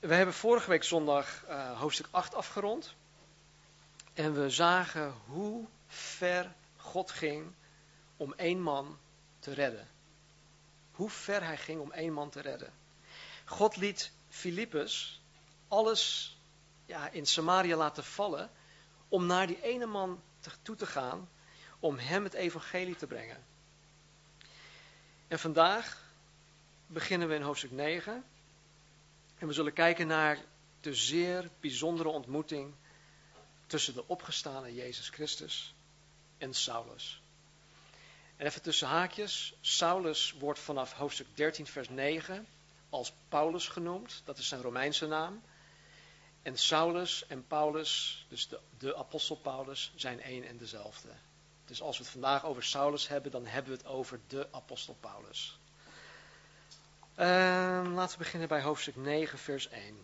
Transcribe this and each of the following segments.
We hebben vorige week zondag hoofdstuk 8 afgerond. En we zagen hoe ver God ging om één man te redden. Hoe ver hij ging om één man te redden. God liet Filippus alles in Samaria laten vallen om naar die ene man toe te gaan om hem het evangelie te brengen. En vandaag beginnen we in hoofdstuk 9 en we zullen kijken naar de zeer bijzondere ontmoeting tussen de opgestane Jezus Christus en Saulus. En even tussen haakjes, Saulus wordt vanaf hoofdstuk 13 vers 9 als Paulus genoemd, dat is zijn Romeinse naam. En Saulus en Paulus, dus de apostel Paulus, zijn één en dezelfde. Dus als we het vandaag over Saulus hebben, dan hebben we het over de apostel Paulus. Laten we beginnen bij hoofdstuk 9 vers 1.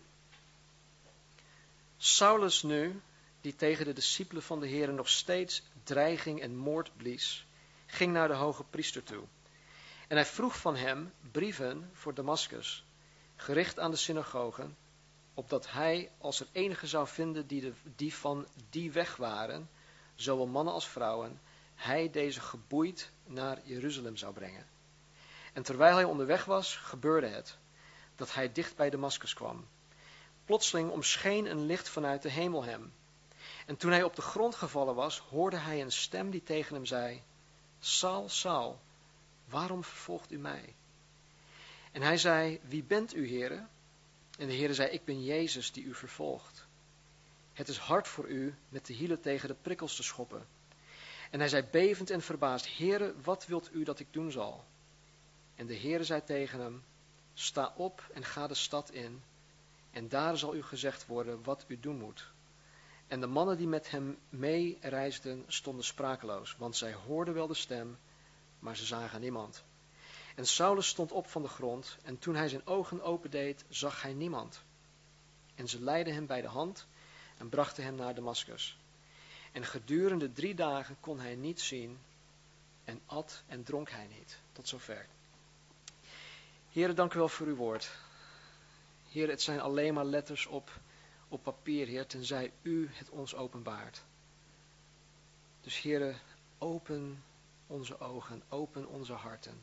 Saulus nu, die tegen de discipelen van de Here nog steeds dreiging en moord blies, ging naar de hoge priester toe. En hij vroeg van hem brieven voor Damaskus, gericht aan de synagogen, opdat hij, als er enige zou vinden die van die weg waren, zowel mannen als vrouwen, hij deze geboeid naar Jeruzalem zou brengen. En terwijl hij onderweg was, gebeurde het, dat hij dicht bij Damaskus kwam. Plotseling omscheen een licht vanuit de hemel hem. En toen hij op de grond gevallen was, hoorde hij een stem die tegen hem zei, Saul, Saul, waarom vervolgt u mij? En hij zei, wie bent u, Heere? En de Heere zei, ik ben Jezus die u vervolgt. Het is hard voor u met de hielen tegen de prikkels te schoppen. En hij zei bevend en verbaasd, Heere, wat wilt u dat ik doen zal? En de Heere zei tegen hem, sta op en ga de stad in, en daar zal u gezegd worden wat u doen moet. En de mannen die met hem mee reisden stonden sprakeloos, want zij hoorden wel de stem, maar ze zagen niemand. En Saulus stond op van de grond, en toen hij zijn ogen opendeed, zag hij niemand. En ze leidden hem bij de hand en brachten hem naar Damaskus. En gedurende 3 dagen kon hij niet zien, en at en dronk hij niet. Tot zover. Heere, dank u wel voor uw woord. Heer, het zijn alleen maar letters op papier, Heer, tenzij u het ons openbaart. Dus Heer, open onze ogen, open onze harten.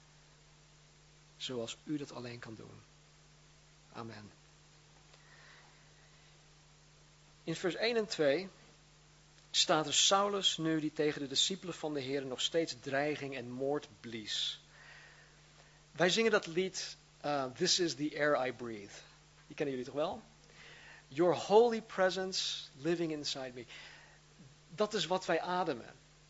Zoals u dat alleen kan doen. Amen. In vers 1 en 2 staat er Saulus nu die tegen de discipelen van de Heer nog steeds dreiging en moord blies. Wij zingen dat lied, This is the air I breathe. Die kennen jullie toch wel? Your holy presence living inside me. Dat is wat wij ademen.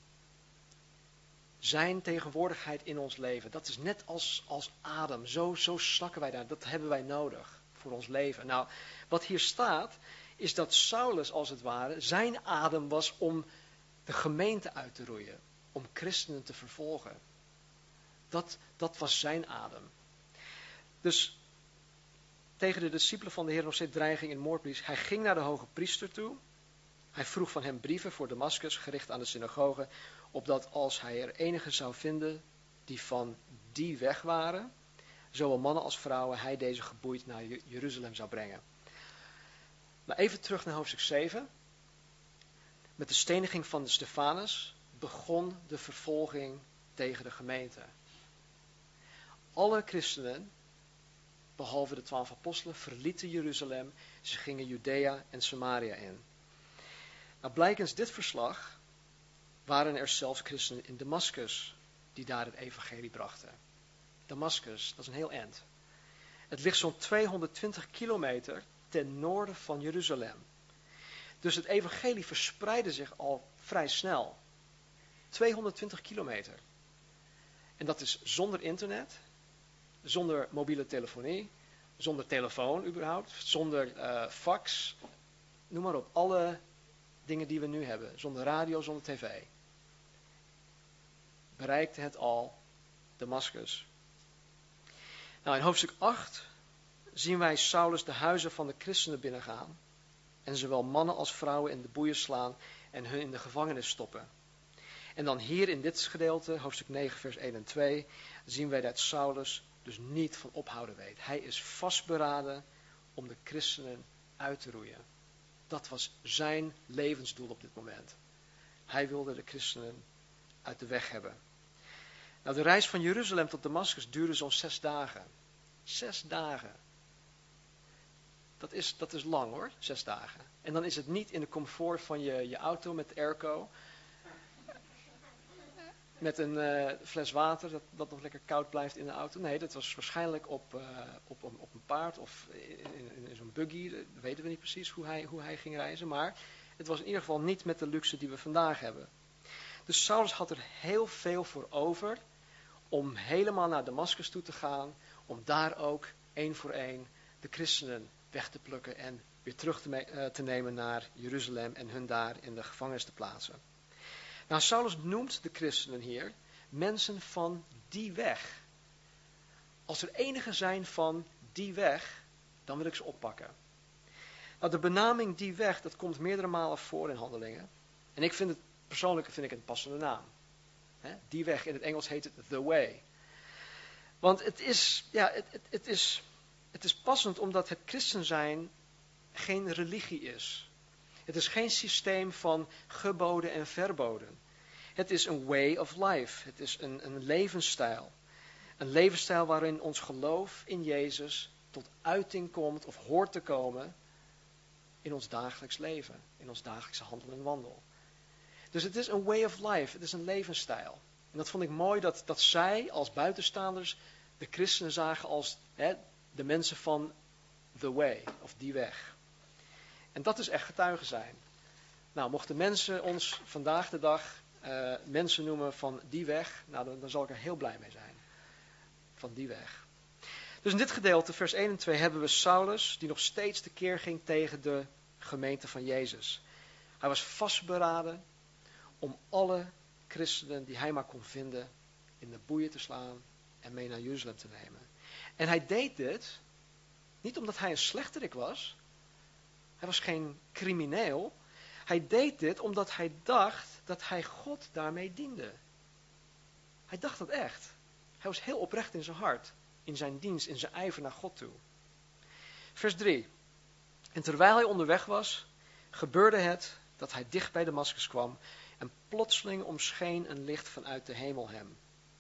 Zijn tegenwoordigheid in ons leven. Dat is net als adem. Zo snakken wij daar. Dat hebben wij nodig voor ons leven. Nou, wat hier staat, is dat Saulus als het ware, zijn adem was om de gemeente uit te roeien. Om christenen te vervolgen. Dat was zijn adem. Dus tegen de discipelen van de Heer nog steeds dreiging en moord blies. Hij ging naar de hoge priester toe. Hij vroeg van hem brieven voor Damaskus, gericht aan de synagogen, opdat als hij er enige zou vinden die van die weg waren, zowel mannen als vrouwen, hij deze geboeid naar Jeruzalem zou brengen. Maar even terug naar hoofdstuk 7. Met de steniging van de Stefanus begon de vervolging tegen de gemeente. Alle christenen, behalve de 12 apostelen, verlieten Jeruzalem. Ze gingen Judea en Samaria in. Nou, blijkens dit verslag waren er zelfs christenen in Damaskus die daar het evangelie brachten. Damaskus, dat is een heel eind. Het ligt zo'n 220 kilometer ten noorden van Jeruzalem. Dus het evangelie verspreidde zich al vrij snel. 220 kilometer. En dat is zonder internet, zonder mobiele telefonie, zonder telefoon überhaupt, zonder fax, noem maar op, alle dingen die we nu hebben, zonder radio, zonder tv. Bereikte het al Damaskus. Nou, in hoofdstuk 8 zien wij Saulus de huizen van de christenen binnengaan en zowel mannen als vrouwen in de boeien slaan en hun in de gevangenis stoppen. En dan hier in dit gedeelte, hoofdstuk 9 vers 1 en 2, zien wij dat Saulus dus niet van ophouden weet. Hij is vastberaden om de christenen uit te roeien. Dat was zijn levensdoel op dit moment. Hij wilde de christenen uit de weg hebben. Nou, de reis van Jeruzalem tot Damascus duurde zo'n 6 dagen. 6 dagen. Dat is lang hoor, 6 dagen. En dan is het niet in de comfort van je auto met airco. Met een fles water dat nog lekker koud blijft in de auto. Nee, dat was waarschijnlijk op een paard of in zo'n buggy. Dat weten we niet precies hoe hij ging reizen. Maar het was in ieder geval niet met de luxe die we vandaag hebben. Dus Saulus had er heel veel voor over om helemaal naar Damascus toe te gaan. Om daar ook één voor één de christenen weg te plukken en weer terug te nemen naar Jeruzalem en hun daar in de gevangenis te plaatsen. Nou, Saulus noemt de christenen hier mensen van die weg. Als er enigen zijn van die weg, dan wil ik ze oppakken. Nou, de benaming die weg, dat komt meerdere malen voor in Handelingen. En ik vind het persoonlijk een passende naam. Die weg, in het Engels heet het the way. Want het is passend omdat het christen zijn geen religie is. Het is geen systeem van geboden en verboden. Het is een way of life. Het is een levensstijl. Een levensstijl waarin ons geloof in Jezus tot uiting komt of hoort te komen in ons dagelijks leven. In ons dagelijkse handel en wandel. Dus het is een way of life. Het is een levensstijl. En dat vond ik mooi dat zij als buitenstaanders de christenen zagen als de mensen van the way, of die weg. En dat is echt getuigen zijn. Nou, mochten mensen ons vandaag de dag mensen noemen van die weg, nou dan zal ik er heel blij mee zijn. Van die weg. Dus in dit gedeelte, vers 1 en 2, hebben we Saulus, die nog steeds tekeer ging tegen de gemeente van Jezus. Hij was vastberaden om alle christenen die hij maar kon vinden in de boeien te slaan en mee naar Jeruzalem te nemen. En hij deed dit niet omdat hij een slechterik was. Hij was geen crimineel. Hij deed dit omdat hij dacht dat hij God daarmee diende. Hij dacht dat echt. Hij was heel oprecht in zijn hart, in zijn dienst, in zijn ijver naar God toe. Vers 3. En terwijl hij onderweg was, gebeurde het dat hij dicht bij Damascus kwam en plotseling omscheen een licht vanuit de hemel hem.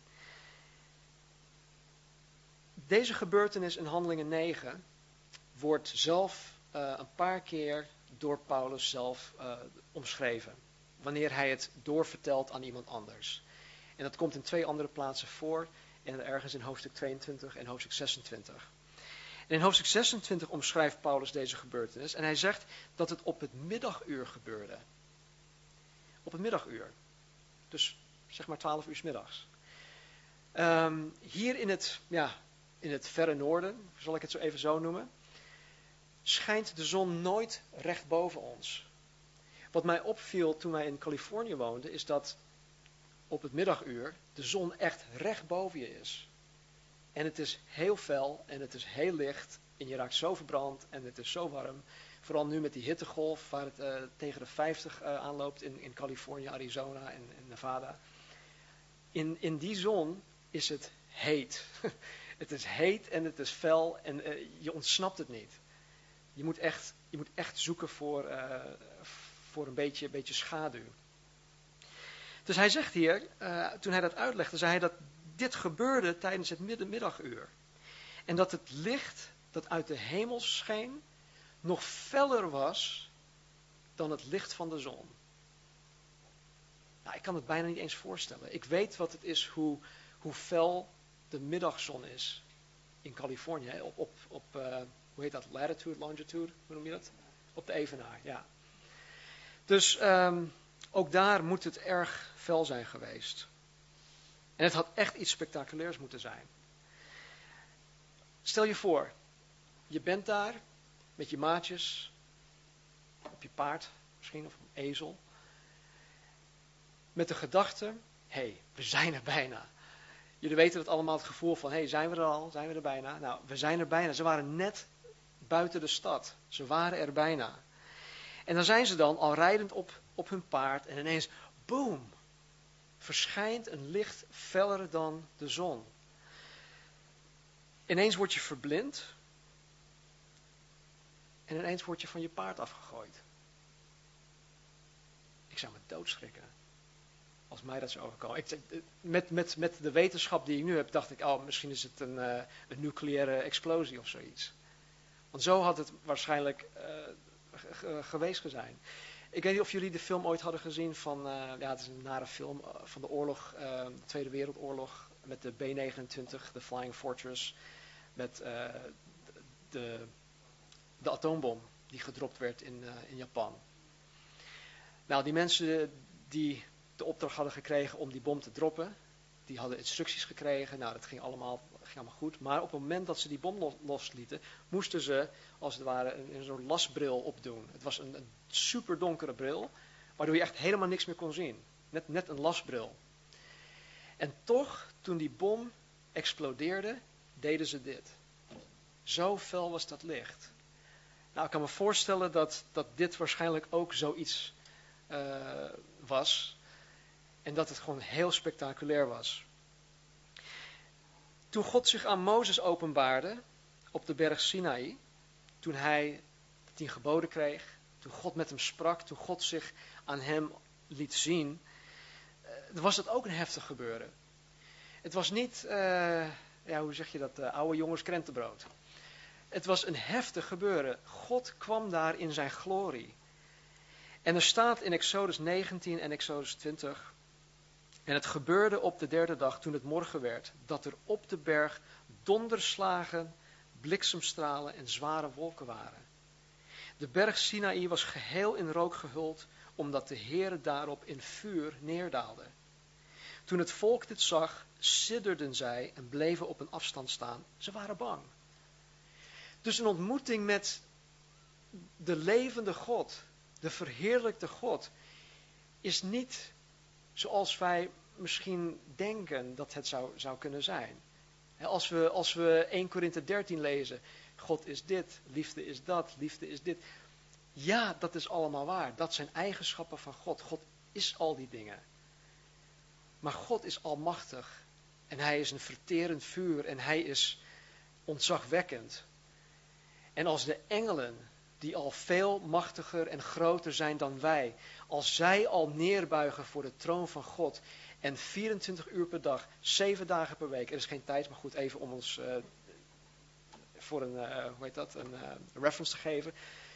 Deze gebeurtenis in Handelingen 9 wordt zelf een paar keer door Paulus zelf omschreven. Wanneer hij het doorvertelt aan iemand anders. En dat komt in 2 andere plaatsen voor. En ergens in hoofdstuk 22 en hoofdstuk 26. En in hoofdstuk 26 omschrijft Paulus deze gebeurtenis. En hij zegt dat het op het middaguur gebeurde. Op het middaguur. Dus zeg maar 12 uur 's middags. Hier in het verre noorden, zal ik het zo even zo noemen, schijnt de zon nooit recht boven ons. Wat mij opviel toen wij in Californië woonden, is dat op het middaguur de zon echt recht boven je is. En het is heel fel en het is heel licht en je raakt zo verbrand en het is zo warm. Vooral nu met die hittegolf waar het tegen de 50 aanloopt in Californië, Arizona en Nevada. In die zon is het heet. Het is heet en het is fel en je ontsnapt het niet. Je moet echt zoeken voor een beetje schaduw. Dus hij zegt hier, toen hij dat uitlegde, zei hij dat dit gebeurde tijdens het middaguur. En dat het licht dat uit de hemel scheen nog feller was dan het licht van de zon. Nou, ik kan het bijna niet eens voorstellen. Ik weet wat het is hoe fel de middagzon is in Californië. Op hoe heet dat? Latitude, longitude, hoe noem je dat? Op de evenaar, ja. Dus ook daar moet het erg fel zijn geweest. En het had echt iets spectaculairs moeten zijn. Stel je voor, je bent daar met je maatjes, op je paard misschien, of op een ezel. Met de gedachte, we zijn er bijna. Jullie weten het allemaal, het gevoel van, zijn we er al? Zijn we er bijna? Nou, we zijn er bijna. Ze waren net buiten de stad. Ze waren er bijna. En dan zijn ze dan al rijdend op hun paard en ineens, boom, verschijnt een licht feller dan de zon. Ineens word je verblind. En ineens word je van je paard afgegooid. Ik zou me doodschrikken. Als mij dat zou overkomen. Met de wetenschap die ik nu heb, dacht ik, misschien is het een nucleaire explosie of zoiets. Want zo had het waarschijnlijk geweest zijn. Ik weet niet of jullie de film ooit hadden gezien van, het is een nare film, van de oorlog, de Tweede Wereldoorlog, met de B-29, de Flying Fortress, met de atoombom die gedropt werd in Japan. Nou, die mensen die de opdracht hadden gekregen om die bom te droppen, die hadden instructies gekregen. Nou, dat ging allemaal goed. Maar op het moment dat ze die bom loslieten, moesten ze, als het ware, een soort lasbril opdoen. Het was een super donkere bril, waardoor je echt helemaal niks meer kon zien. Net een lasbril. En toch, toen die bom explodeerde, deden ze dit. Zo fel was dat licht. Nou, ik kan me voorstellen dat dit waarschijnlijk ook zoiets was. En dat het gewoon heel spectaculair was. Toen God zich aan Mozes openbaarde op de berg Sinaï, toen hij de 10 geboden kreeg, toen God met hem sprak, toen God zich aan hem liet zien, was het ook een heftig gebeuren. Het was niet, hoe zeg je dat, oude jongens krentenbrood. Het was een heftig gebeuren. God kwam daar in zijn glorie. En er staat in Exodus 19 en Exodus 20... En het gebeurde op de 3e dag, toen het morgen werd, dat er op de berg donderslagen, bliksemstralen en zware wolken waren. De berg Sinaï was geheel in rook gehuld, omdat de Heere daarop in vuur neerdaalde. Toen het volk dit zag, sidderden zij en bleven op een afstand staan. Ze waren bang. Dus een ontmoeting met de levende God, de verheerlijkte God, is niet zoals wij misschien denken dat het zou kunnen zijn. Als we 1 Korinthe 13 lezen, God is dit, liefde is dat, liefde is dit. Ja, dat is allemaal waar. Dat zijn eigenschappen van God. God is al die dingen. Maar God is almachtig. En hij is een verterend vuur en hij is ontzagwekkend. En als de engelen, die al veel machtiger en groter zijn dan wij, als zij al neerbuigen voor de troon van God en 24 uur per dag, 7 dagen per week, er is geen tijd, maar goed, even om ons voor een reference te geven.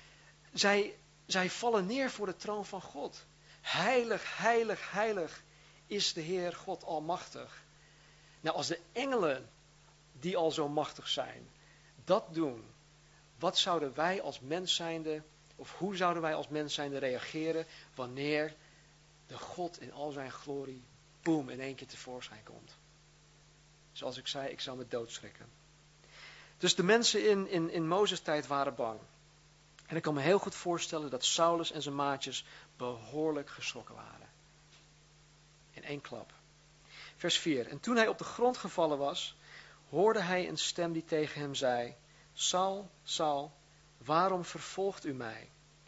Zij vallen neer voor de troon van God. Heilig, heilig, heilig is de Heer God almachtig. Nou, als de engelen, die al zo machtig zijn, dat doen, wat zouden wij als mens zijnde, of hoe zouden wij als mens zijnde reageren wanneer de God in al zijn glorie, boem, in één keer tevoorschijn komt? Zoals ik zei, ik zou me doodschrikken. Dus de mensen in Mozes' tijd waren bang. En ik kan me heel goed voorstellen dat Saulus en zijn maatjes behoorlijk geschrokken waren. In één klap. Vers 4. En toen hij op de grond gevallen was, hoorde hij een stem die tegen hem zei: Saul, Saul, waarom vervolgt u mij?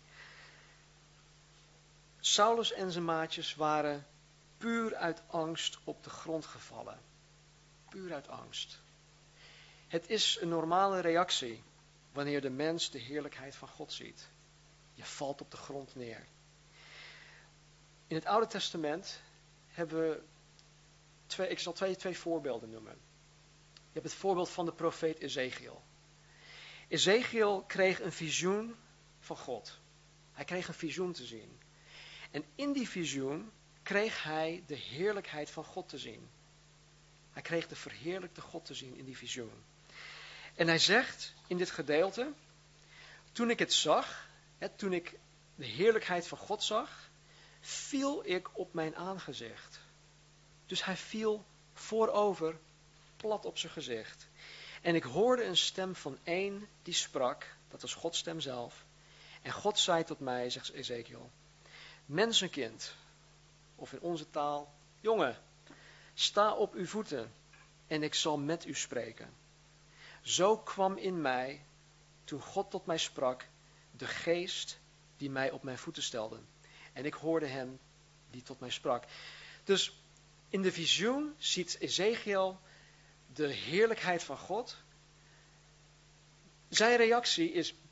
Saulus en zijn maatjes waren puur uit angst op de grond gevallen. Puur uit angst. Het is een normale reactie wanneer de mens de heerlijkheid van God ziet. Je valt op de grond neer. In het Oude Testament hebben we ik zal twee voorbeelden noemen. Je hebt het voorbeeld van de profeet Ezekiel. Ezekiel kreeg een visioen van God. Hij kreeg een visioen te zien. En in die visioen kreeg hij de heerlijkheid van God te zien. Hij kreeg de verheerlijkte God te zien in die visioen. En hij zegt in dit gedeelte: toen ik het zag, toen ik de heerlijkheid van God zag, viel ik op mijn aangezicht. Dus hij viel voorover, plat op zijn gezicht. En ik hoorde een stem van één die sprak, dat was Gods stem zelf. En God zei tot mij, zegt Ezekiel: mensenkind, of in onze taal, jongen, sta op uw voeten en ik zal met u spreken. Zo kwam in mij, toen God tot mij sprak, de geest die mij op mijn voeten stelde. En ik hoorde hem die tot mij sprak. Dus in de visioen ziet Ezekiel de heerlijkheid van God. Zijn reactie is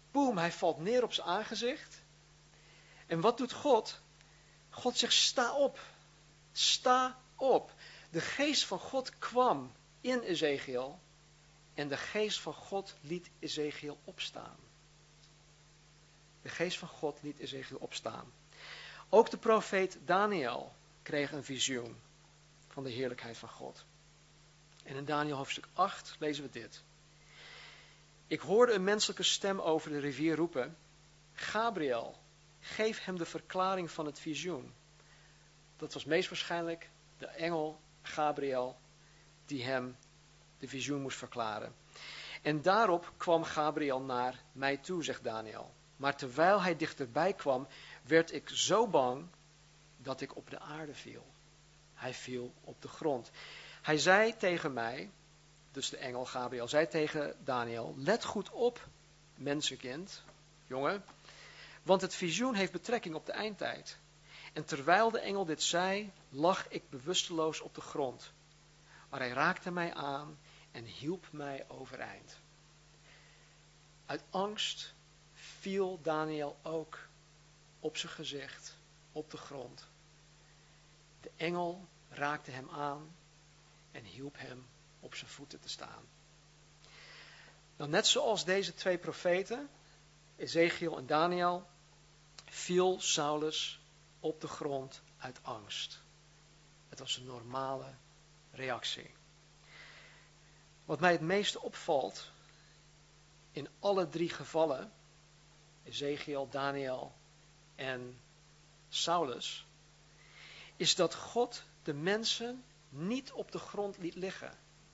Boem, hij valt neer op zijn aangezicht. En wat doet God? God zegt, sta op. Sta op. De geest van God kwam in Ezekiel. En de geest van God liet Ezekiel opstaan. De geest van God liet Ezekiel opstaan. Ook de profeet Daniel kreeg een visioen van de heerlijkheid van God. En in Daniel hoofdstuk 8 lezen we dit. Ik hoorde een menselijke stem over de rivier roepen. Gabriel, geef hem de verklaring van het visioen. Dat was meest waarschijnlijk de engel Gabriel die hem de visioen moest verklaren. En daarop kwam Gabriel naar mij toe, zegt Daniel. Maar terwijl hij dichterbij kwam, werd ik zo bang dat ik op de aarde viel. Hij viel op de grond. Hij zei tegen mij, dus de engel Gabriel, zei tegen Daniel, let goed op, mensenkind, jongen, want het visioen heeft betrekking op de eindtijd. En terwijl de engel dit zei, lag ik bewusteloos op de grond. Maar hij raakte mij aan en hielp mij overeind. Uit angst viel Daniel ook op zijn gezicht, op de grond. De engel raakte hem aan en hielp hem op zijn voeten te staan. Nou, net zoals deze twee profeten, Ezekiel en Daniel, viel Saulus op de grond uit angst. Het was een normale reactie. Wat mij het meeste opvalt in alle drie gevallen, Ezekiel, Daniel en Saulus, is dat God de mensen niet op de grond liet liggen.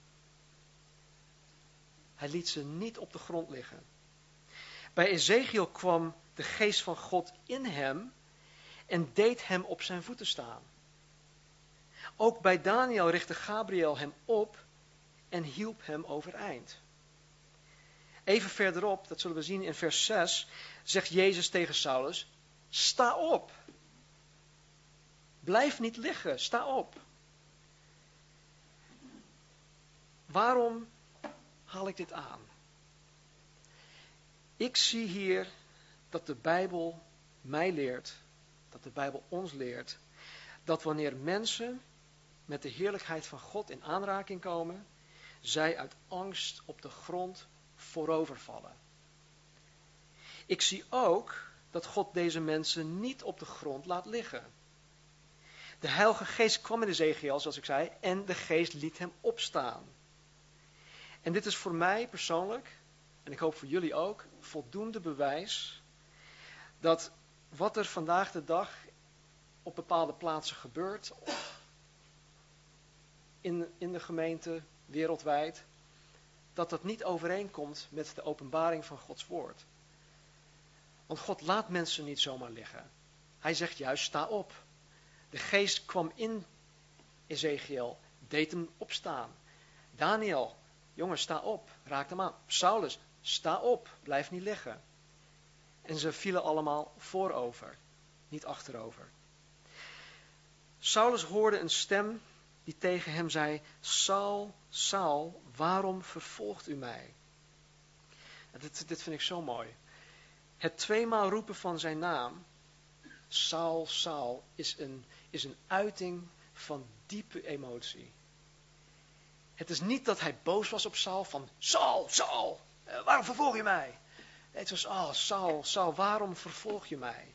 Hij liet ze niet op de grond liggen. Bij Ezekiel kwam de geest van God in hem en deed hem op zijn voeten staan. Ook bij Daniel richtte Gabriel hem op en hielp hem overeind. Even verderop, dat zullen we zien in vers 6, zegt Jezus tegen Saulus, sta op. Blijf niet liggen, sta op. Waarom haal ik dit aan? Ik zie hier dat de Bijbel mij leert, dat de Bijbel ons leert, dat wanneer mensen met de heerlijkheid van God in aanraking komen, zij uit angst op de grond voorovervallen. Ik zie ook dat God deze mensen niet op de grond laat liggen. De Heilige Geest kwam in Ezekiel, zoals ik zei, en de Geest liet hem opstaan. En dit is voor mij persoonlijk, en ik hoop voor jullie ook, voldoende bewijs dat wat er vandaag de dag op bepaalde plaatsen gebeurt, in de gemeente, wereldwijd, dat dat niet overeenkomt met de openbaring van Gods woord. Want God laat mensen niet zomaar liggen. Hij zegt juist, sta op. De geest kwam in Ezekiel, deed hem opstaan. Daniel, jongen, sta op, raak hem aan. Saulus, sta op, blijf niet liggen. En ze vielen allemaal voorover, niet achterover. Saulus hoorde een stem die tegen hem zei, Saul, Saul, waarom vervolgt u mij? Dit vind ik zo mooi. Het tweemaal roepen van zijn naam, Saul, Saul, is een uiting van diepe emotie. Het is niet dat hij boos was op Saul, van Saul, Saul, waarom vervolg je mij? Het was, Saul, Saul, waarom vervolg je mij?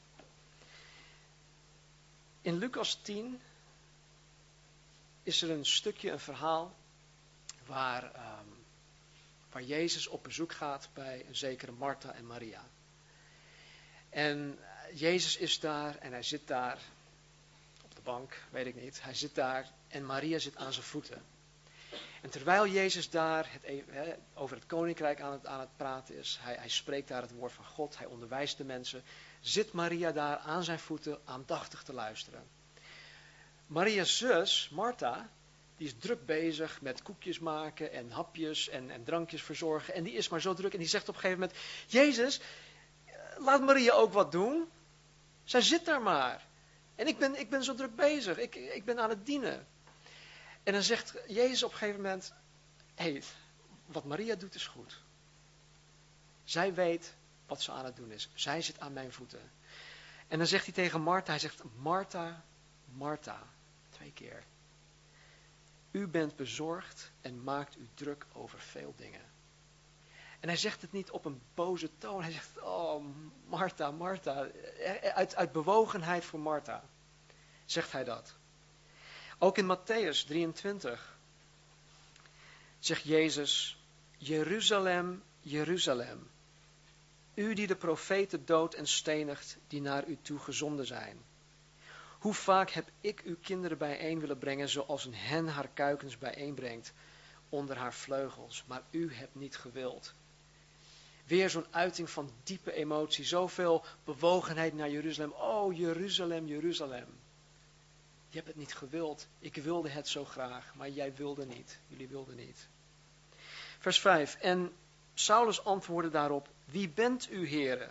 In Lucas 10 is er een stukje, een verhaal, waar Jezus op bezoek gaat bij een zekere Martha en Maria. En Jezus is daar en hij zit daar op de bank, weet ik niet. Hij zit daar en Maria zit aan zijn voeten. En terwijl Jezus daar over het koninkrijk aan het praten is, hij spreekt daar het woord van God, hij onderwijst de mensen, zit Maria daar aan zijn voeten aandachtig te luisteren. Maria's zus, Martha, die is druk bezig met koekjes maken en hapjes en drankjes verzorgen. En die is maar zo druk en die zegt op een gegeven moment, Jezus, laat Maria ook wat doen. Zij zit daar maar. En ik ben zo druk bezig. Ik ben aan het dienen. En dan zegt Jezus op een gegeven moment, wat Maria doet is goed. Zij weet wat ze aan het doen is. Zij zit aan mijn voeten. En dan zegt hij tegen Martha, hij zegt, Martha, Martha, 2 keer. U bent bezorgd en maakt u druk over veel dingen. En hij zegt het niet op een boze toon. Hij zegt, oh Martha, Martha. Uit bewogenheid voor Martha zegt hij dat. Ook in Mattheüs 23 zegt Jezus, Jeruzalem, Jeruzalem. U die de profeten doodt en stenigt die naar u toe gezonden zijn. Hoe vaak heb ik uw kinderen bijeen willen brengen zoals een hen haar kuikens bijeenbrengt onder haar vleugels. Maar u hebt niet gewild. Weer zo'n uiting van diepe emotie. Zoveel bewogenheid naar Jeruzalem. Oh, Jeruzalem, Jeruzalem. Je hebt het niet gewild. Ik wilde het zo graag, maar jij wilde niet. Jullie wilden niet. Vers 5. En Saulus antwoordde daarop, wie bent u, Heere?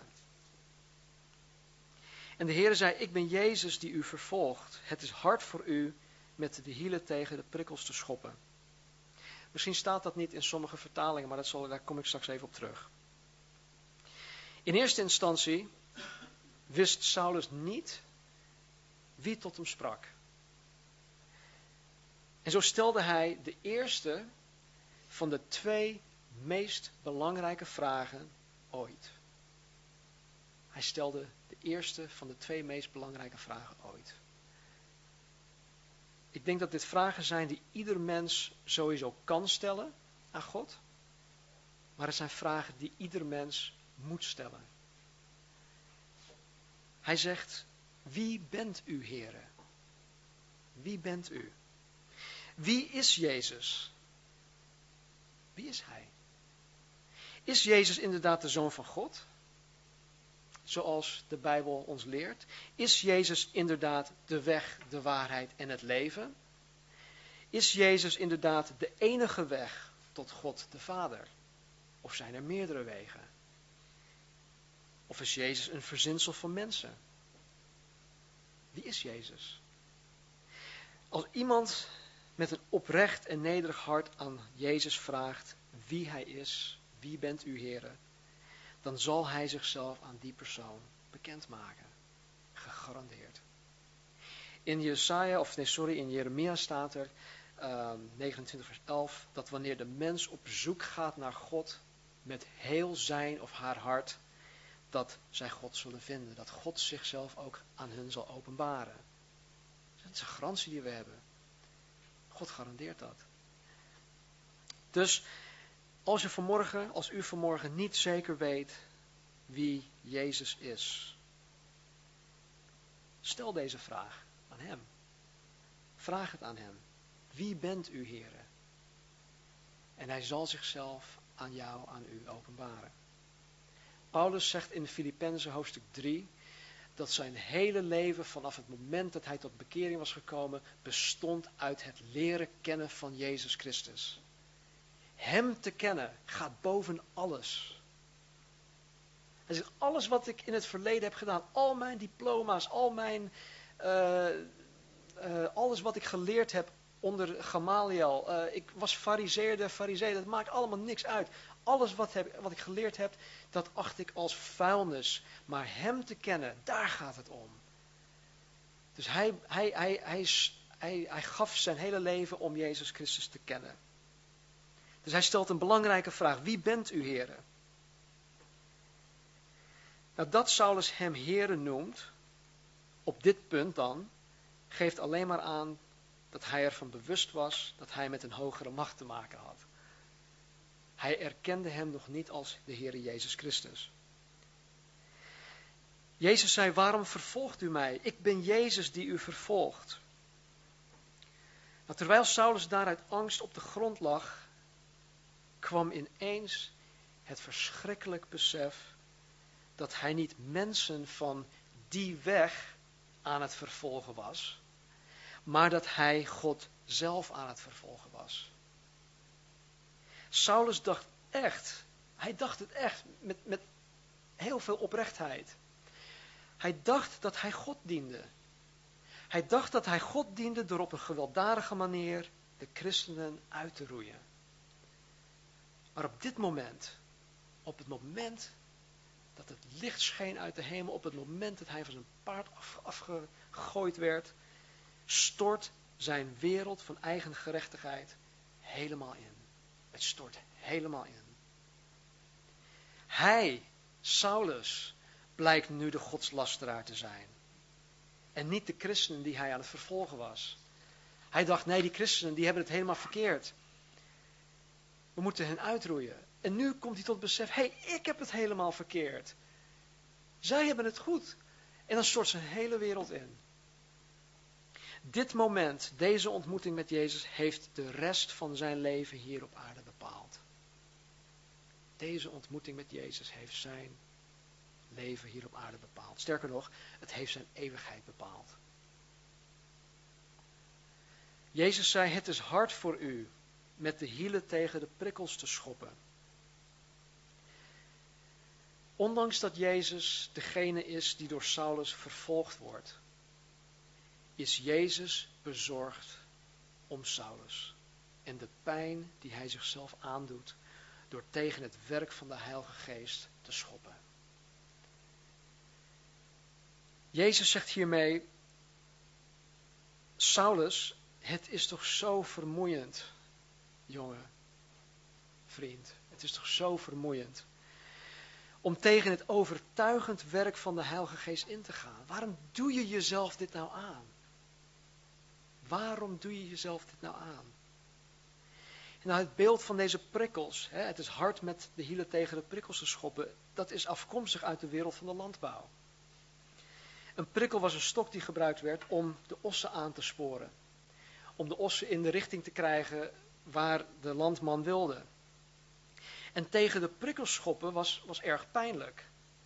En de Heere zei, ik ben Jezus die u vervolgt. Het is hard voor u met de hielen tegen de prikkels te schoppen. Misschien staat dat niet in sommige vertalingen, maar daar kom ik straks even op terug. In eerste instantie wist Saulus niet wie tot hem sprak. En zo stelde hij de eerste van de 2 meest belangrijke vragen ooit. Hij stelde de eerste van de 2 meest belangrijke vragen ooit. Ik denk dat dit vragen zijn die ieder mens sowieso kan stellen aan God. Maar het zijn vragen die ieder mens moet stellen. Hij zegt, wie bent u, Heere? Wie bent u? Wie is Jezus? Wie is hij? Is Jezus inderdaad de Zoon van God? Zoals de Bijbel ons leert. Is Jezus inderdaad de weg, de waarheid en het leven? Is Jezus inderdaad de enige weg tot God de Vader? Of zijn er meerdere wegen? Of is Jezus een verzinsel van mensen? Wie is Jezus? Als iemand met een oprecht en nederig hart aan Jezus vraagt wie hij is, wie bent u, Heere, dan zal hij zichzelf aan die persoon bekendmaken. Gegarandeerd. In Jeremia staat er, 29 vers 11, dat wanneer de mens op zoek gaat naar God met heel zijn of haar hart, dat zij God zullen vinden. Dat God zichzelf ook aan hun zal openbaren. Dat is een garantie die we hebben. God garandeert dat. Dus als u vanmorgen niet zeker weet wie Jezus is, stel deze vraag aan hem. Vraag het aan hem. Wie bent u, Heere? En hij zal zichzelf aan jou, aan u openbaren. Paulus zegt in Filippenzen hoofdstuk 3, dat zijn hele leven vanaf het moment dat hij tot bekering was gekomen, bestond uit het leren kennen van Jezus Christus. Hem te kennen gaat boven alles. Hij zegt, alles wat ik in het verleden heb gedaan, al mijn diploma's, alles wat ik geleerd heb onder Gamaliel, ik was farizeer, dat maakt allemaal niks uit. Alles wat ik geleerd heb, dat acht ik als vuilnis. Maar hem te kennen, daar gaat het om. Dus hij gaf zijn hele leven om Jezus Christus te kennen. Dus hij stelt een belangrijke vraag. Wie bent u, Heere? Nou, dat Saulus hem Heere noemt, op dit punt dan, geeft alleen maar aan dat hij ervan bewust was dat hij met een hogere macht te maken had. Hij erkende hem nog niet als de Heere Jezus Christus. Jezus zei, waarom vervolgt u mij? Ik ben Jezus die u vervolgt. Nou, terwijl Saulus daar uit angst op de grond lag, kwam ineens het verschrikkelijk besef dat hij niet mensen van die weg aan het vervolgen was, maar dat hij God zelf aan het vervolgen was. Saulus dacht het echt, met heel veel oprechtheid. Hij dacht dat hij God diende. Hij dacht dat hij God diende door op een gewelddadige manier de christenen uit te roeien. Maar op dit moment, op het moment dat het licht scheen uit de hemel op het moment dat hij van zijn paard afgegooid werd, stort zijn wereld van eigen gerechtigheid helemaal in. Het stort helemaal in. Hij, Saulus, blijkt nu de godslasteraar te zijn. En niet de christenen die hij aan het vervolgen was. Hij dacht, nee, die christenen die hebben het helemaal verkeerd. We moeten hen uitroeien. En nu komt hij tot het besef, hé, ik heb het helemaal verkeerd. Zij hebben het goed. En dan stort zijn hele wereld in. Dit moment, deze ontmoeting met Jezus, heeft de rest van zijn leven hier op aarde bepaald. Deze ontmoeting met Jezus heeft zijn leven hier op aarde bepaald. Sterker nog, het heeft zijn eeuwigheid bepaald. Jezus zei, het is hard voor u met de hielen tegen de prikkels te schoppen. Ondanks dat Jezus degene is die door Saulus vervolgd wordt, is Jezus bezorgd om Saulus en de pijn die hij zichzelf aandoet door tegen het werk van de Heilige Geest te schoppen. Jezus zegt hiermee, Saulus, het is toch zo vermoeiend, jongen, vriend, het is toch zo vermoeiend om tegen het overtuigend werk van de Heilige Geest in te gaan. Waarom doe je jezelf dit nou aan? Waarom doe je jezelf dit nou aan? En nou, het beeld van deze prikkels, het is hard met de hielen tegen de prikkels te schoppen, dat is afkomstig uit de wereld van de landbouw. Een prikkel was een stok die gebruikt werd om de ossen aan te sporen. Om de ossen in de richting te krijgen waar de landman wilde. En tegen de prikkels schoppen was erg pijnlijk.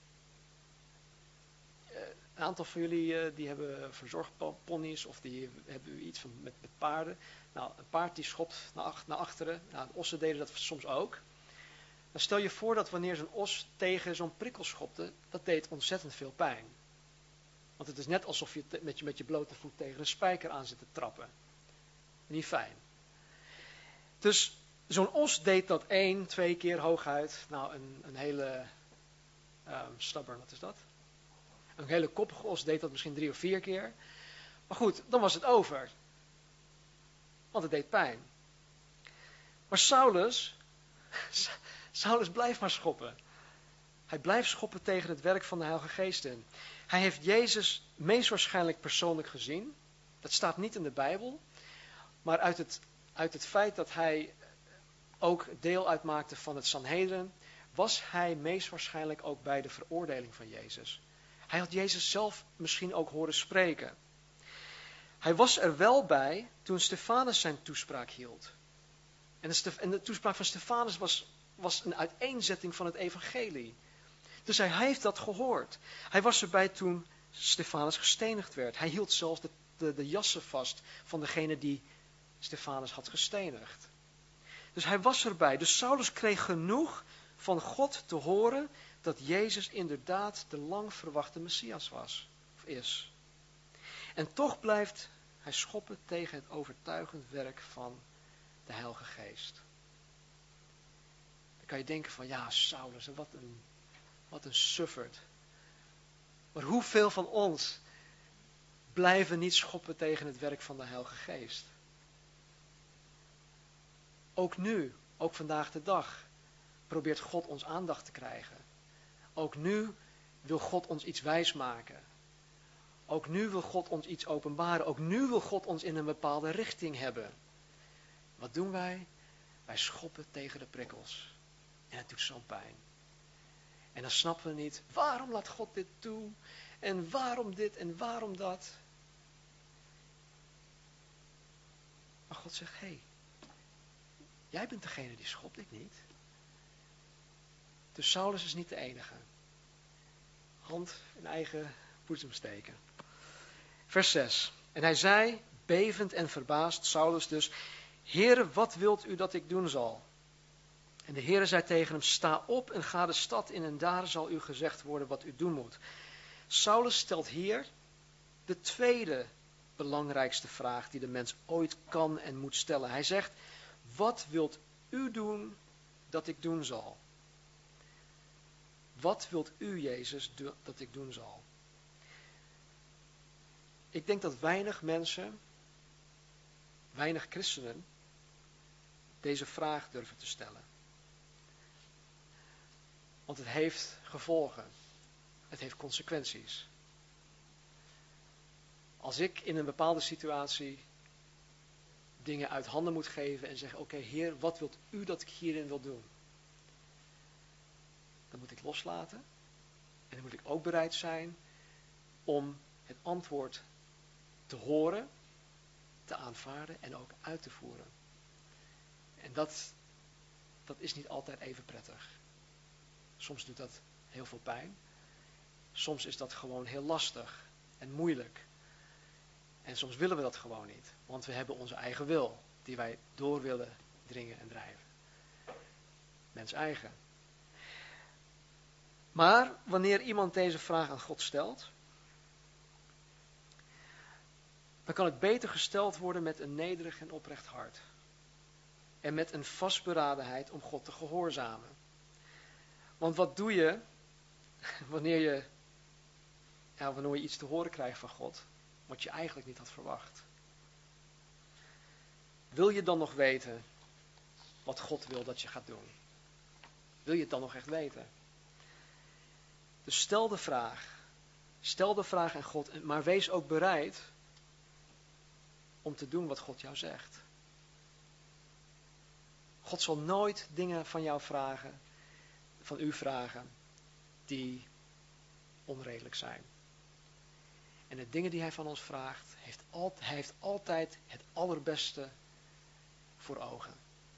Een aantal van jullie die hebben verzorgponies of die hebben iets met paarden. Nou, een paard die schopt naar achteren. Nou, de ossen deden dat soms ook. Dan stel je voor dat wanneer zo'n os tegen zo'n prikkel schopte, dat deed ontzettend veel pijn. Want het is net alsof je met je blote voet tegen een spijker aan zit te trappen. Niet fijn. Dus zo'n os deed dat 1, 2 keer hooguit. Nou, een hele stubborn, wat is dat? Een hele koppige os deed dat misschien 3 of 4 keer. Maar goed, dan was het over. Want het deed pijn. Maar Saulus blijft maar schoppen. Hij blijft schoppen tegen het werk van de Heilige Geest in. Hij heeft Jezus meest waarschijnlijk persoonlijk gezien. Dat staat niet in de Bijbel. Maar uit het feit dat hij ook deel uitmaakte van het Sanhedrin, was hij meest waarschijnlijk ook bij de veroordeling van Jezus. Hij had Jezus zelf misschien ook horen spreken. Hij was er wel bij toen Stefanus zijn toespraak hield. En de toespraak van Stefanus was een uiteenzetting van het evangelie. Dus hij heeft dat gehoord. Hij was erbij toen Stefanus gestenigd werd. Hij hield zelfs de jassen vast van degene die Stefanus had gestenigd. Dus hij was erbij. Dus Saulus kreeg genoeg van God te horen dat Jezus inderdaad de lang verwachte Messias was, of is. En toch blijft hij schoppen tegen het overtuigend werk van de Heilige Geest. Dan kan je denken van, ja, Saulus, wat een sufferd. Maar hoeveel van ons blijven niet schoppen tegen het werk van de Heilige Geest? Ook nu, ook vandaag de dag, probeert God ons aandacht te krijgen. Ook nu wil God ons iets wijsmaken. Ook nu wil God ons iets openbaren. Ook nu wil God ons in een bepaalde richting hebben. Wat doen wij? Wij schoppen tegen de prikkels. En het doet zo'n pijn. En dan snappen we niet, waarom laat God dit toe? En waarom dit en waarom dat? Maar God zegt, hé, jij bent degene die schopt, ik niet. Dus Saulus is niet de enige. Hand in eigen boezem steken. Vers 6. En hij zei, bevend en verbaasd, Saulus dus, Heere, wat wilt u dat ik doen zal? En de Heere zei tegen hem, sta op en ga de stad in en daar zal u gezegd worden wat u doen moet. Saulus stelt hier de tweede belangrijkste vraag die de mens ooit kan en moet stellen. Hij zegt, wat wilt u doen dat ik doen zal? wat wilt u, Jezus, dat ik doen zal? Ik denk dat weinig mensen, weinig christenen, deze vraag durven te stellen. Want het heeft gevolgen. Het heeft consequenties. Als ik in een bepaalde situatie dingen uit handen moet geven en zeg, oké, Heer, wat wilt u dat ik hierin wil doen? Dan moet ik loslaten. En dan moet ik ook bereid zijn om het antwoord te horen, te aanvaarden en ook uit te voeren. En dat is niet altijd even prettig. Soms doet dat heel veel pijn. Soms is dat gewoon heel lastig en moeilijk. En soms willen we dat gewoon niet. Want we hebben onze eigen wil die wij door willen dringen en drijven. Mens eigen. Maar wanneer iemand deze vraag aan God stelt, dan kan het beter gesteld worden met een nederig en oprecht hart. En met een vastberadenheid om God te gehoorzamen. Want wat doe je wanneer je iets te horen krijgt van God, wat je eigenlijk niet had verwacht? Wil je dan nog weten wat God wil dat je gaat doen? Wil je het dan nog echt weten? Dus stel de vraag aan God, maar wees ook bereid om te doen wat God jou zegt. God zal nooit dingen van u vragen, die onredelijk zijn. En de dingen die hij van ons vraagt, hij heeft altijd het allerbeste voor ogen.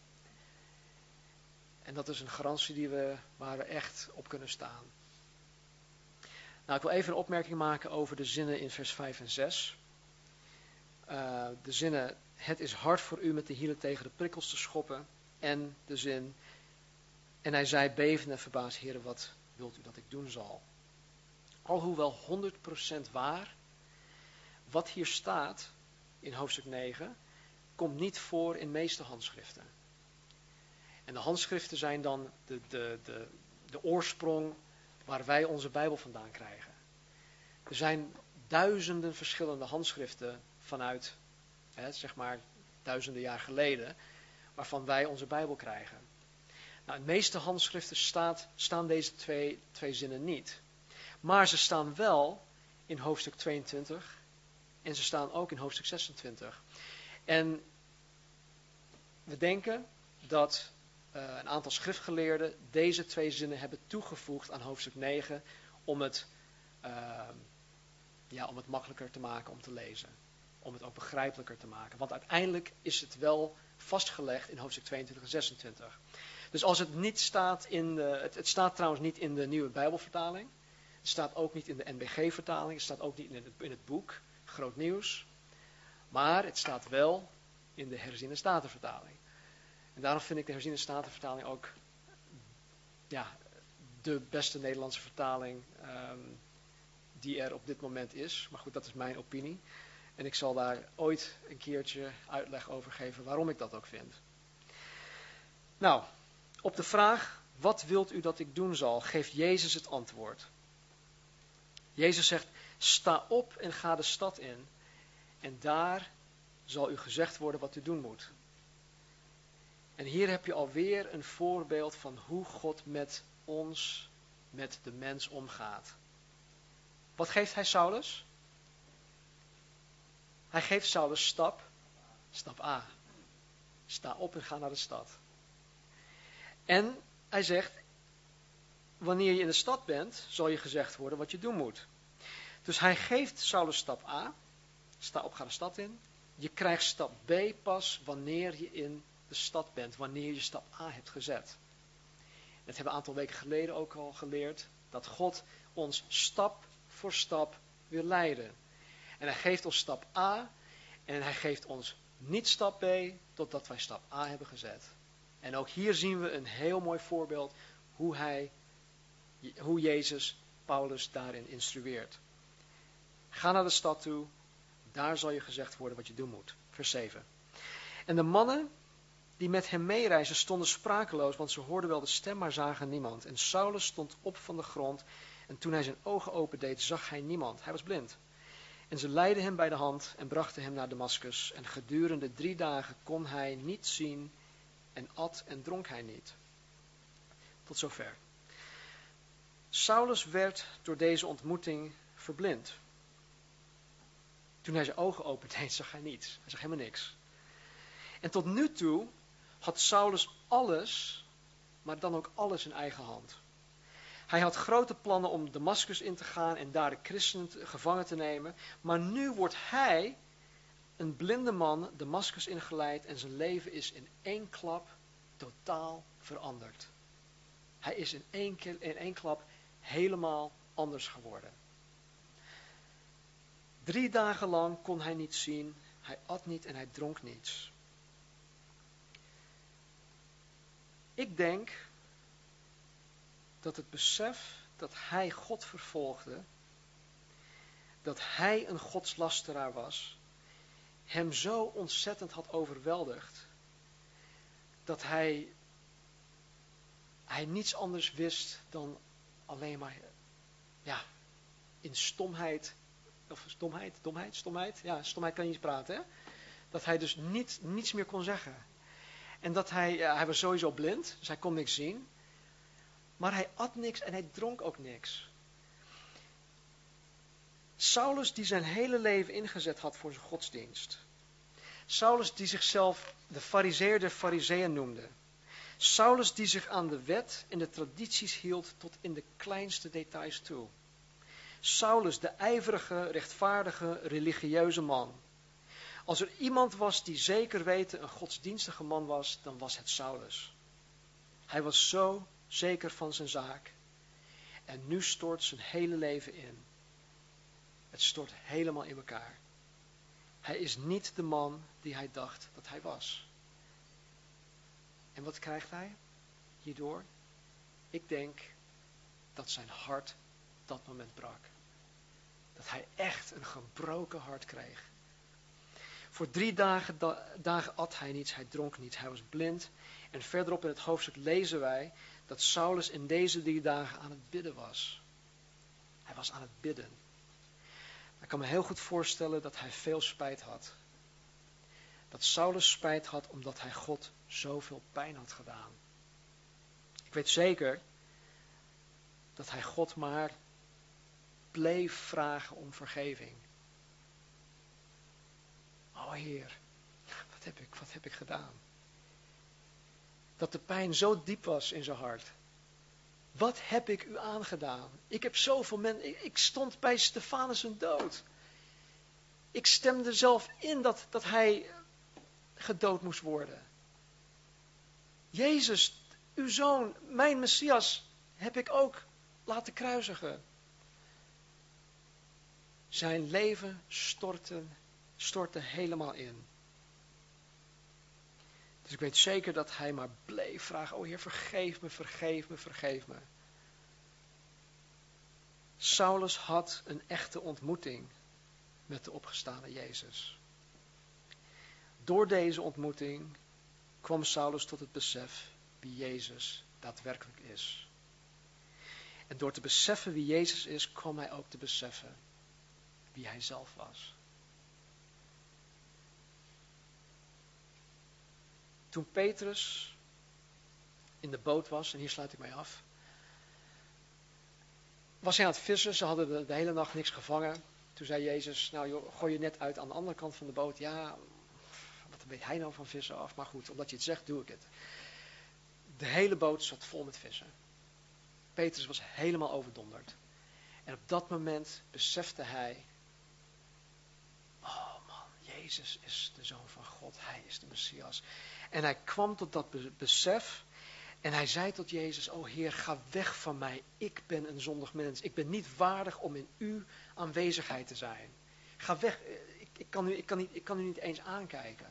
En dat is een garantie waar we echt op kunnen staan. Nou, ik wil even een opmerking maken over de zinnen in vers 5 en 6. De zinnen, het is hard voor u met de hielen tegen de prikkels te schoppen. En de zin, en hij zei bevend en verbaasd, Heere, wat wilt u dat ik doen zal? Alhoewel 100% waar, wat hier staat in hoofdstuk 9, komt niet voor in meeste handschriften. En de handschriften zijn dan de oorsprong waar wij onze Bijbel vandaan krijgen. Er zijn duizenden verschillende handschriften vanuit, zeg maar, duizenden jaar geleden, waarvan wij onze Bijbel krijgen. Nou, in de meeste handschriften staan deze twee zinnen niet. Maar ze staan wel in hoofdstuk 22 en ze staan ook in hoofdstuk 26. En we denken dat een aantal schriftgeleerden deze twee zinnen hebben toegevoegd aan hoofdstuk 9 om het makkelijker te maken om te lezen. Om het ook begrijpelijker te maken. Want uiteindelijk is het wel vastgelegd in hoofdstuk 22 en 26. Dus als het niet staat het staat trouwens niet in de nieuwe Bijbelvertaling. Het staat ook niet in de NBG-vertaling. Het staat ook niet in het boek Groot Nieuws. Maar het staat wel in de herziene statenvertaling. En daarom vind ik de herziene statenvertaling ook de beste Nederlandse vertaling die er op dit moment is. Maar goed, dat is mijn opinie. En ik zal daar ooit een keertje uitleg over geven waarom ik dat ook vind. Nou, op de vraag, wat wilt u dat ik doen zal, geeft Jezus het antwoord. Jezus zegt, sta op en ga de stad in. En daar zal u gezegd worden wat u doen moet. En hier heb je alweer een voorbeeld van hoe God met ons, met de mens omgaat. Wat geeft hij Saulus? Hij geeft Saulus stap A. Sta op en ga naar de stad. En hij zegt, wanneer je in de stad bent, zal je gezegd worden wat je doen moet. Dus hij geeft Saulus stap A. Sta op, ga de stad in. Je krijgt stap B pas wanneer je in de stad bent. Wanneer je stap A hebt gezet. Dat hebben we een aantal weken geleden ook al geleerd. Dat God ons stap voor stap wil leiden. En hij geeft ons stap A. En hij geeft ons niet stap B. Totdat wij stap A hebben gezet. En ook hier zien we een heel mooi voorbeeld. Hoe Jezus Paulus daarin instrueert. Ga naar de stad toe. Daar zal je gezegd worden wat je doen moet. Vers 7. En de mannen die met hem meereisden stonden sprakeloos, want ze hoorden wel de stem, maar zagen niemand. En Saulus stond op van de grond en toen hij zijn ogen opendeed, zag hij niemand. Hij was blind. En ze leidden hem bij de hand en brachten hem naar Damaskus. En gedurende 3 dagen kon hij niet zien en at en dronk hij niet. Tot zover. Saulus werd door deze ontmoeting verblind. Toen hij zijn ogen opendeed, zag hij niets. Hij zag helemaal niks. En tot nu toe had Saulus alles, maar dan ook alles in eigen hand. Hij had grote plannen om Damaskus in te gaan en daar de christenen gevangen te nemen. Maar nu wordt hij, een blinde man, Damaskus ingeleid en zijn leven is in 1 klap totaal veranderd. Hij is in één klap helemaal anders geworden. 3 dagen lang kon hij niet zien, hij at niet en hij dronk niets. Ik denk dat het besef dat hij God vervolgde, dat hij een godslasteraar was, hem zo ontzettend had overweldigd, dat hij niets anders wist dan alleen maar, in stomheid, of stomheid, ja, stomheid kan je niet praten, hè? Dat hij dus niets meer kon zeggen. En dat hij was sowieso blind, dus hij kon niks zien. Maar hij at niks en hij dronk ook niks. Saulus die zijn hele leven ingezet had voor zijn godsdienst. Saulus die zichzelf de farizeeër der farizeeën noemde. Saulus die zich aan de wet en de tradities hield tot in de kleinste details toe. Saulus de ijverige, rechtvaardige, religieuze man. Als er iemand was die zeker weten een godsdienstige man was, dan was het Saulus. Hij was zo zeker van zijn zaak. En nu stort zijn hele leven in. Het stort helemaal in elkaar. Hij is niet de man die hij dacht dat hij was. En wat krijgt hij hierdoor? Ik denk dat zijn hart dat moment brak. Dat hij echt een gebroken hart kreeg. Voor 3 dagen at hij niets, hij dronk niet, hij was blind. En verderop in het hoofdstuk lezen wij dat Saulus in deze 3 dagen aan het bidden was. Hij was aan het bidden. Ik kan me heel goed voorstellen dat hij veel spijt had. Dat Saulus spijt had omdat hij God zoveel pijn had gedaan. Ik weet zeker dat hij God maar bleef vragen om vergeving. O Heer, wat heb ik gedaan? Dat de pijn zo diep was in zijn hart. Wat heb ik u aangedaan? Ik heb zoveel mensen, ik stond bij Stefanus zijn dood. Ik stemde zelf in dat hij gedood moest worden. Jezus, uw zoon, mijn Messias, heb ik ook laten kruisigen. Zijn leven stortte helemaal in. Dus ik weet zeker dat hij maar bleef vragen, o Heer, vergeef me, vergeef me, vergeef me. Saulus had een echte ontmoeting met de opgestane Jezus. Door deze ontmoeting kwam Saulus tot het besef wie Jezus daadwerkelijk is. En door te beseffen wie Jezus is, kwam hij ook te beseffen wie hij zelf was. Toen Petrus in de boot was, en hier sluit ik mij af, was hij aan het vissen, ze hadden de hele nacht niks gevangen. Toen zei Jezus, nou joh, gooi je net uit aan de andere kant van de boot. Ja, wat weet hij nou van vissen af? Maar goed, omdat je het zegt, doe ik het. De hele boot zat vol met vissen. Petrus was helemaal overdonderd. En op dat moment besefte hij, oh man, Jezus is de Zoon van God, hij is de Messias. En hij kwam tot dat besef en hij zei tot Jezus, o Heer, ga weg van mij, ik ben een zondig mens. Ik ben niet waardig om in uw aanwezigheid te zijn. Ga weg, ik kan u niet eens aankijken.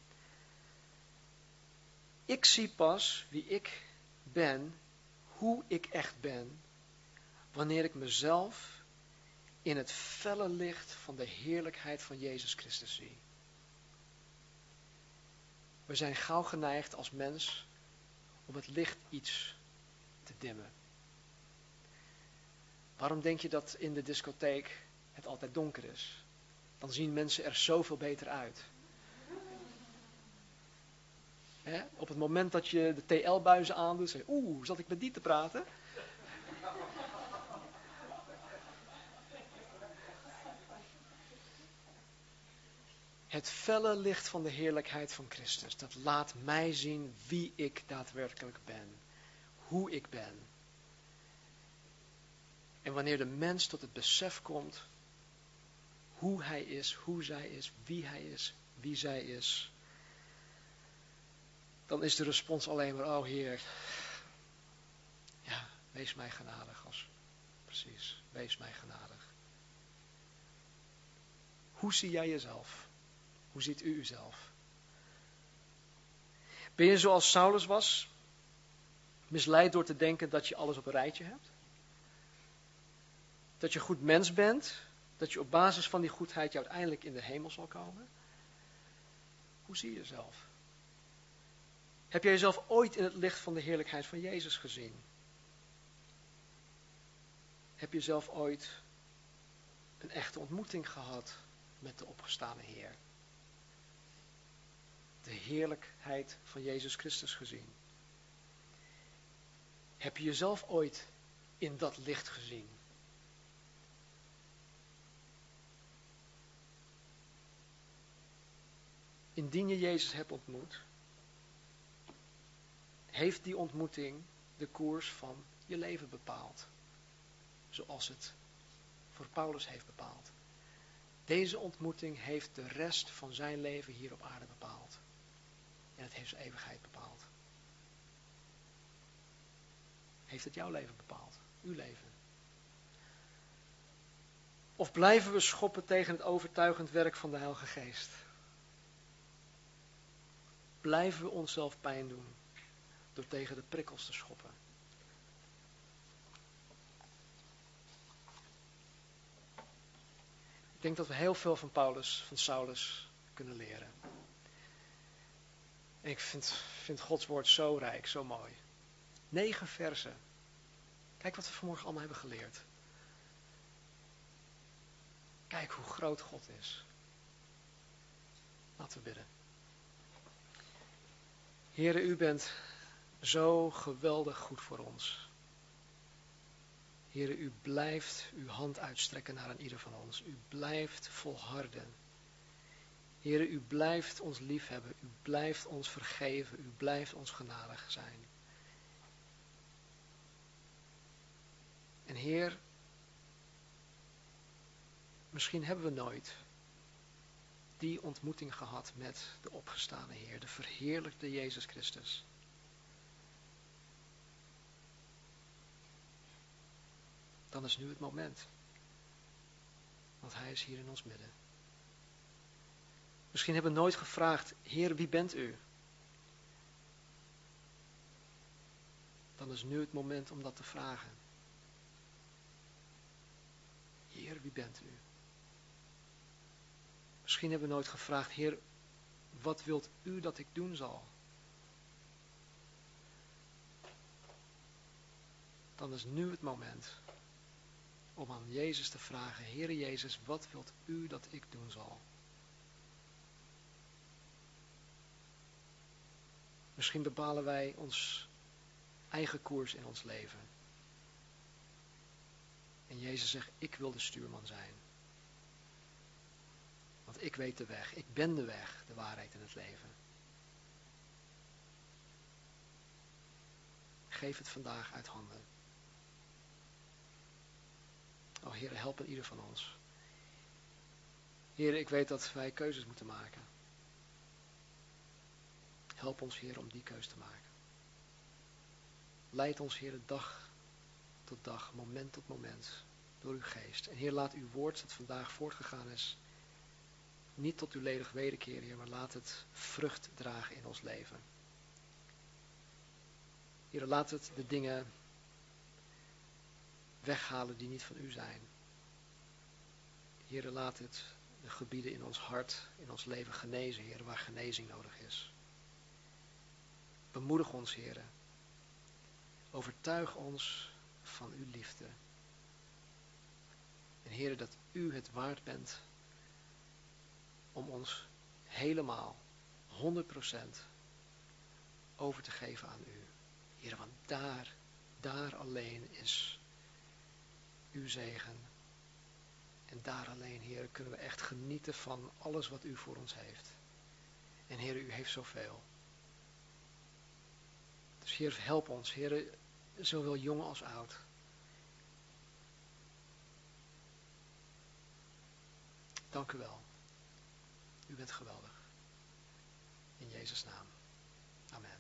Ik zie pas wie ik ben, hoe ik echt ben, wanneer ik mezelf in het felle licht van de heerlijkheid van Jezus Christus zie. We zijn gauw geneigd als mens om het licht iets te dimmen. Waarom denk je dat in de discotheek het altijd donker is? Dan zien mensen er zoveel beter uit. Op het moment dat je de TL-buizen aandoet, zeg je, zat ik met die te praten? Het felle licht van de heerlijkheid van Christus, dat laat mij zien wie ik daadwerkelijk ben. Hoe ik ben. En wanneer de mens tot het besef komt, hoe hij is, hoe zij is, wie zij is, dan is de respons alleen maar, oh Heer, ja, wees mij genadig. Precies, wees mij genadig. Hoe zie jij jezelf? Hoe ziet u uzelf? Ben je zoals Saulus was? Misleid door te denken dat je alles op een rijtje hebt? Dat je een goed mens bent? Dat je op basis van die goedheid je uiteindelijk in de hemel zal komen? Hoe zie je jezelf? Heb jij jezelf ooit in het licht van de heerlijkheid van Jezus gezien? Heb je zelf ooit een echte ontmoeting gehad met de opgestane Heer? De heerlijkheid van Jezus Christus gezien? Heb je jezelf ooit in dat licht gezien? Indien je Jezus hebt ontmoet, heeft die ontmoeting de koers van je leven bepaald. Zoals het voor Paulus heeft bepaald. Deze ontmoeting heeft de rest van zijn leven hier op aarde bepaald. En het heeft zijn eeuwigheid bepaald. Heeft het jouw leven bepaald? Uw leven? Of blijven we schoppen tegen het overtuigend werk van de Heilige Geest? Blijven we onszelf pijn doen door tegen de prikkels te schoppen? Ik denk dat we heel veel van Saulus kunnen leren. En ik vind Gods woord zo rijk, zo mooi. 9 versen. Kijk wat we vanmorgen allemaal hebben geleerd. Kijk hoe groot God is. Laten we bidden. Heere, u bent zo geweldig goed voor ons. Heere, u blijft uw hand uitstrekken naar een ieder van ons. U blijft volharden. Heere, u blijft ons liefhebben. U blijft ons vergeven. U blijft ons genadig zijn. En Heer, misschien hebben we nooit die ontmoeting gehad met de opgestane Heer, de verheerlijkte Jezus Christus. Dan is nu het moment. Want Hij is hier in ons midden. Misschien hebben we nooit gevraagd, Heer, wie bent u? Dan is nu het moment om dat te vragen. Heer, wie bent u? Misschien hebben we nooit gevraagd, Heer, wat wilt u dat ik doen zal? Dan is nu het moment om aan Jezus te vragen, Heere Jezus, wat wilt u dat ik doen zal? Misschien bepalen wij ons eigen koers in ons leven. En Jezus zegt, ik wil de stuurman zijn. Want ik weet de weg. Ik ben de weg, de waarheid en het leven. Geef het vandaag uit handen. O Heer, help ieder van ons. Heer, ik weet dat wij keuzes moeten maken. Help ons, Heer, om die keus te maken. Leid ons, Heer, dag tot dag, moment tot moment, door uw geest. En Heer, laat uw woord dat vandaag voortgegaan is, niet tot uw ledig wederkeer, Heer, maar laat het vrucht dragen in ons leven. Heer, laat het de dingen weghalen die niet van u zijn. Heer, laat het de gebieden in ons hart, in ons leven genezen, Heer, waar genezing nodig is. Bemoedig ons, Heere. Overtuig ons van uw liefde. En Heere, dat u het waard bent om ons helemaal, 100% over te geven aan u. Heere, want daar alleen is uw zegen. En daar alleen, Heere, kunnen we echt genieten van alles wat u voor ons heeft. En Heere, u heeft zoveel. Dus Heer, help ons, Heer, zowel jong als oud. Dank u wel. U bent geweldig. In Jezus' naam. Amen.